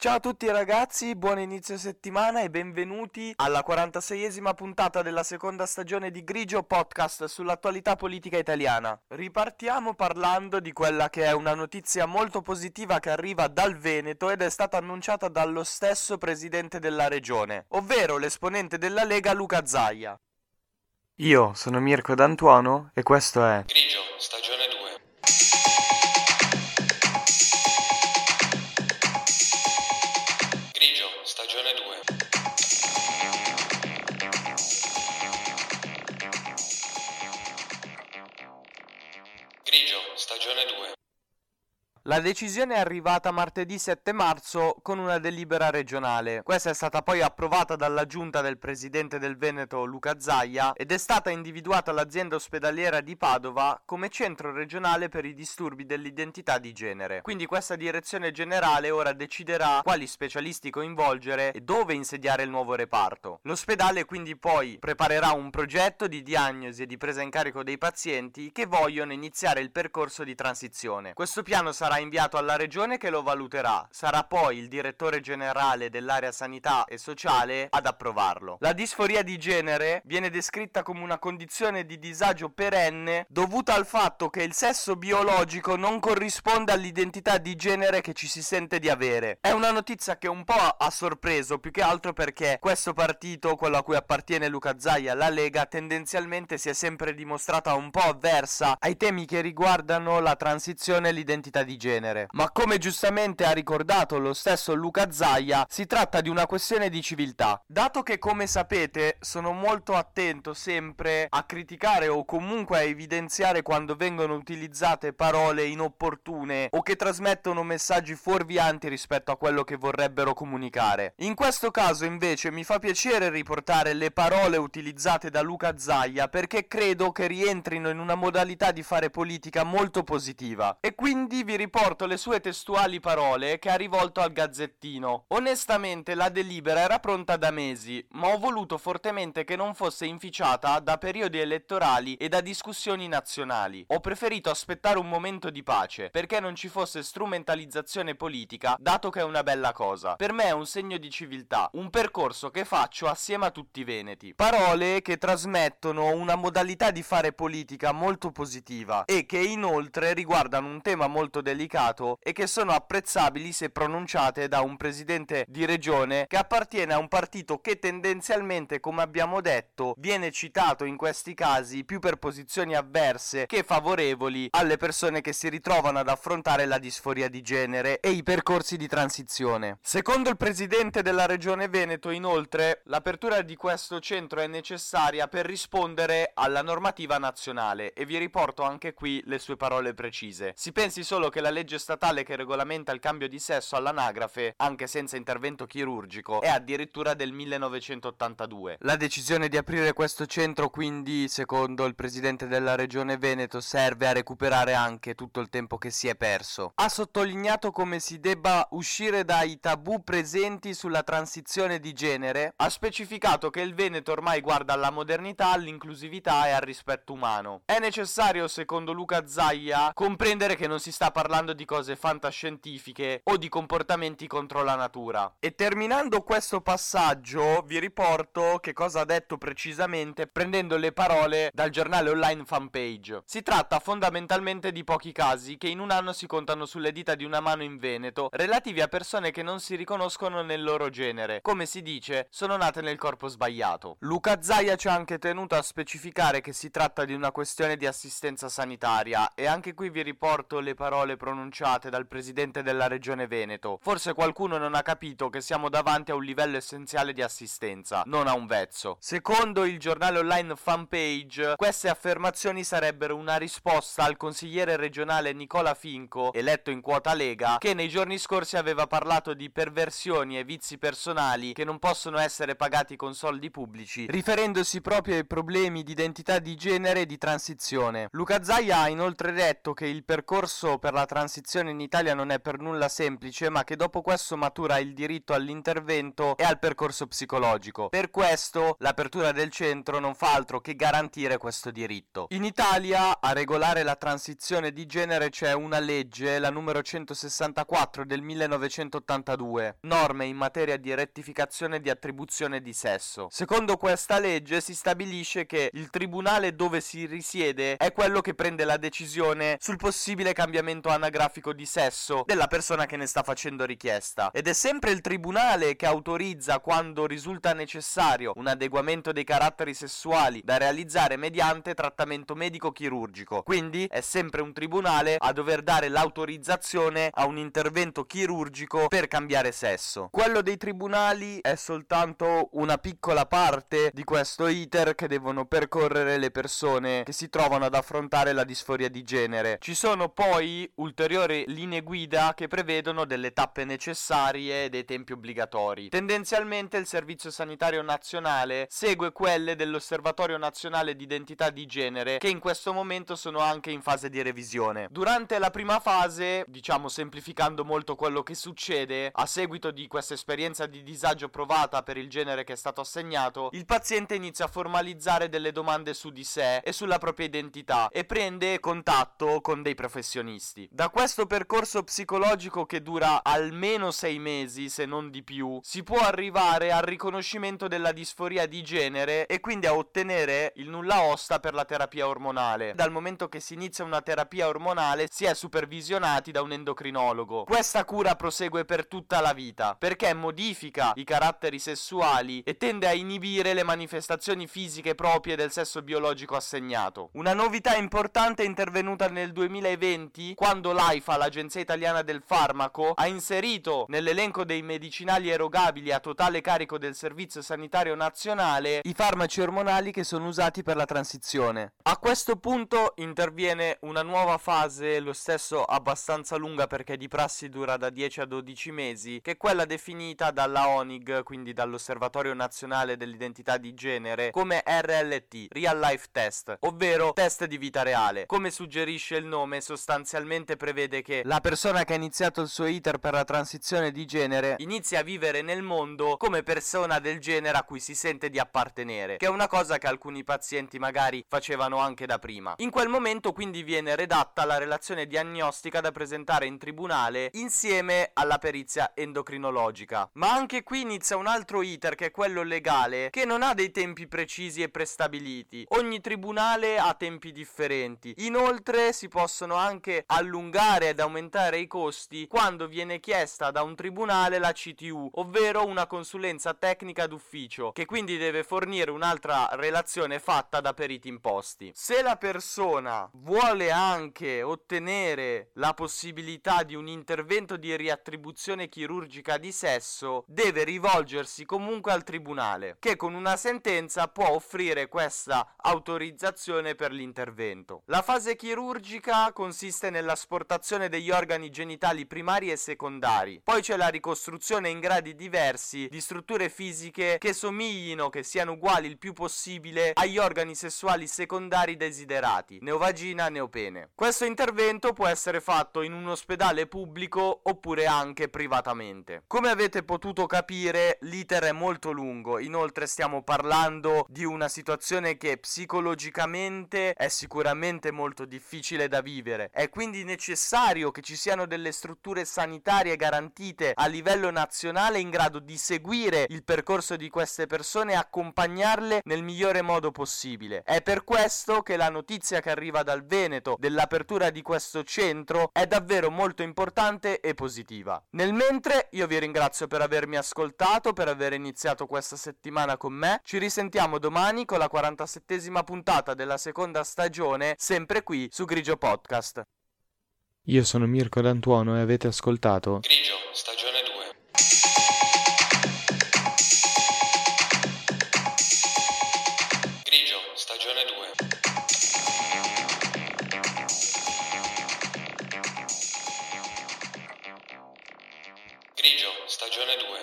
Ciao a tutti ragazzi, buon inizio settimana e benvenuti alla 46esima puntata della seconda stagione di Grigio Podcast sull'attualità politica italiana. Ripartiamo parlando di quella che è una notizia molto positiva che arriva dal Veneto ed è stata annunciata dallo stesso presidente della regione, ovvero l'esponente della Lega Luca Zaia. Io sono Mirko D'Antuono e questo è Grigio, stagione 2. Grigio, stagione 2. Grigio, stagione 2. La decisione è arrivata martedì 7 marzo con una delibera regionale. Questa è stata poi approvata dalla giunta del presidente del Veneto Luca Zaia ed è stata individuata l'azienda ospedaliera di Padova come centro regionale per i disturbi dell'identità di genere. Quindi questa direzione generale ora deciderà quali specialisti coinvolgere e dove insediare il nuovo reparto. L'ospedale quindi poi preparerà un progetto di diagnosi e di presa in carico dei pazienti che vogliono iniziare il percorso di transizione. Questo piano sarà inviato alla regione che lo valuterà. Sarà poi il direttore generale dell'area sanità e sociale ad approvarlo. La disforia di genere viene descritta come una condizione di disagio perenne dovuta al fatto che il sesso biologico non corrisponde all'identità di genere che ci si sente di avere. È una notizia che un po' ha sorpreso, più che altro perché questo partito, quello a cui appartiene Luca Zaia, la Lega, tendenzialmente si è sempre dimostrata un po' avversa ai temi che riguardano la transizione e l'identità di genere. Ma come giustamente ha ricordato lo stesso Luca Zaia, si tratta di una questione di civiltà. Dato che, come sapete, sono molto attento sempre a criticare o comunque a evidenziare quando vengono utilizzate parole inopportune o che trasmettono messaggi fuorvianti rispetto a quello che vorrebbero comunicare. In questo caso invece mi fa piacere riportare le parole utilizzate da Luca Zaia perché credo che rientrino in una modalità di fare politica molto positiva. E quindi vi riporto le sue testuali parole che ha rivolto al Gazzettino. Onestamente la delibera era pronta da mesi, ma ho voluto fortemente che non fosse inficiata da periodi elettorali e da discussioni nazionali. Ho preferito aspettare un momento di pace, perché non ci fosse strumentalizzazione politica, dato che è una bella cosa. Per me è un segno di civiltà, un percorso che faccio assieme a tutti i veneti. Parole che trasmettono una modalità di fare politica molto positiva e che inoltre riguardano un tema molto delicato e che sono apprezzabili se pronunciate da un presidente di regione che appartiene a un partito che tendenzialmente, come abbiamo detto, viene citato in questi casi più per posizioni avverse che favorevoli alle persone che si ritrovano ad affrontare la disforia di genere e i percorsi di transizione. Secondo il presidente della regione Veneto, inoltre, l'apertura di questo centro è necessaria per rispondere alla normativa nazionale e vi riporto anche qui le sue parole precise. Si pensi solo che la legge statale che regolamenta il cambio di sesso all'anagrafe, anche senza intervento chirurgico, è addirittura del 1982. La decisione di aprire questo centro, quindi, secondo il presidente della regione Veneto, serve a recuperare anche tutto il tempo che si è perso. Ha sottolineato come si debba uscire dai tabù presenti sulla transizione di genere, ha specificato che il Veneto ormai guarda alla modernità, all'inclusività e al rispetto umano. È necessario, secondo Luca Zaia, comprendere che non si sta parlando di cose fantascientifiche o di comportamenti contro la natura. E terminando questo passaggio vi riporto che cosa ha detto precisamente prendendo le parole dal giornale online Fanpage. Si tratta fondamentalmente di pochi casi che in un anno si contano sulle dita di una mano in Veneto, relativi a persone che non si riconoscono nel loro genere. Come si dice, sono nate nel corpo sbagliato. Luca Zaia ci ha anche tenuto a specificare che si tratta di una questione di assistenza sanitaria e anche qui vi riporto le parole pronunciate dal presidente della regione Veneto. Forse qualcuno non ha capito che siamo davanti a un livello essenziale di assistenza, non a un vezzo. Secondo il giornale online Fanpage, queste affermazioni sarebbero una risposta al consigliere regionale Nicola Finco, eletto in quota Lega, che nei giorni scorsi aveva parlato di perversioni e vizi personali che non possono essere pagati con soldi pubblici, riferendosi proprio ai problemi di identità di genere e di transizione. Luca Zaia ha inoltre detto che il percorso per la transizione transizione in Italia non è per nulla semplice, ma che dopo questo matura il diritto all'intervento e al percorso psicologico. Per questo l'apertura del centro non fa altro che garantire questo diritto. In Italia a regolare la transizione di genere c'è una legge, la numero 164 del 1982, norme in materia di rettificazione di attribuzione di sesso. Secondo questa legge si stabilisce che il tribunale dove si risiede è quello che prende la decisione sul possibile cambiamento anagrafico di sesso della persona che ne sta facendo richiesta, ed è sempre il tribunale che autorizza, quando risulta necessario, un adeguamento dei caratteri sessuali da realizzare mediante trattamento medico-chirurgico. Quindi è sempre un tribunale a dover dare l'autorizzazione a un intervento chirurgico per cambiare sesso. Quello dei tribunali è soltanto una piccola parte di questo iter che devono percorrere le persone che si trovano ad affrontare la disforia di genere. Ci sono poi ulteriori linee guida che prevedono delle tappe necessarie e dei tempi obbligatori. Tendenzialmente il Servizio Sanitario Nazionale segue quelle dell'Osservatorio Nazionale di Identità di Genere, che in questo momento sono anche in fase di revisione. Durante la prima fase, diciamo semplificando molto quello che succede, a seguito di questa esperienza di disagio provata per il genere che è stato assegnato, il paziente inizia a formalizzare delle domande su di sé e sulla propria identità e prende contatto con dei professionisti. Da questo percorso psicologico, che dura almeno 6 mesi, se non di più, si può arrivare al riconoscimento della disforia di genere e quindi a ottenere il nulla osta per la terapia ormonale. Dal momento che si inizia una terapia ormonale si è supervisionati da un endocrinologo. Questa cura prosegue per tutta la vita perché modifica i caratteri sessuali e tende a inibire le manifestazioni fisiche proprie del sesso biologico assegnato. Una novità importante è intervenuta nel 2020 quando l'AIFA, l'Agenzia Italiana del Farmaco, ha inserito nell'elenco dei medicinali erogabili a totale carico del Servizio Sanitario Nazionale i farmaci ormonali che sono usati per la transizione. A questo punto interviene una nuova fase, lo stesso abbastanza lunga perché di prassi dura da 10 a 12 mesi, che è quella definita dalla ONIG, quindi dall'Osservatorio Nazionale dell'Identità di Genere, come RLT, Real Life Test, ovvero test di vita reale. Come suggerisce il nome, sostanzialmente prevede che la persona che ha iniziato il suo iter per la transizione di genere inizia a vivere nel mondo come persona del genere a cui si sente di appartenere, che è una cosa che alcuni pazienti magari facevano anche da prima. In quel momento quindi viene redatta la relazione diagnostica da presentare in tribunale insieme alla perizia endocrinologica. Ma anche qui inizia un altro iter, che è quello legale, che non ha dei tempi precisi e prestabiliti. Ogni tribunale ha tempi differenti. Inoltre si possono anche allungare ed aumentare i costi quando viene chiesta da un tribunale la CTU, ovvero una consulenza tecnica d'ufficio, che quindi deve fornire un'altra relazione fatta da periti imposti. Se la persona vuole anche ottenere la possibilità di un intervento di riattribuzione chirurgica di sesso, deve rivolgersi comunque al tribunale, che con una sentenza può offrire questa autorizzazione per l'intervento. La fase chirurgica consiste nell'asportazione degli organi genitali primari e secondari. Poi c'è la ricostruzione in gradi diversi di strutture fisiche che somiglino, che siano uguali il più possibile agli organi sessuali secondari desiderati, neovagina, neopene. Questo intervento può essere fatto in un ospedale pubblico oppure anche privatamente. Come avete potuto capire, l'iter è molto lungo, inoltre stiamo parlando di una situazione che psicologicamente è sicuramente molto difficile da vivere. È quindi necessario che ci siano delle strutture sanitarie garantite a livello nazionale in grado di seguire il percorso di queste persone e accompagnarle nel migliore modo possibile. È per questo che la notizia che arriva dal Veneto dell'apertura di questo centro è davvero molto importante e positiva. Nel mentre io vi ringrazio per avermi ascoltato, per aver iniziato questa settimana con me. Ci risentiamo domani con la 47esima puntata della seconda stagione, sempre qui su Grigio Podcast. Io sono Mirko D'Antuono e avete ascoltato Grigio, stagione 2. Grigio, stagione 2. Grigio, stagione 2.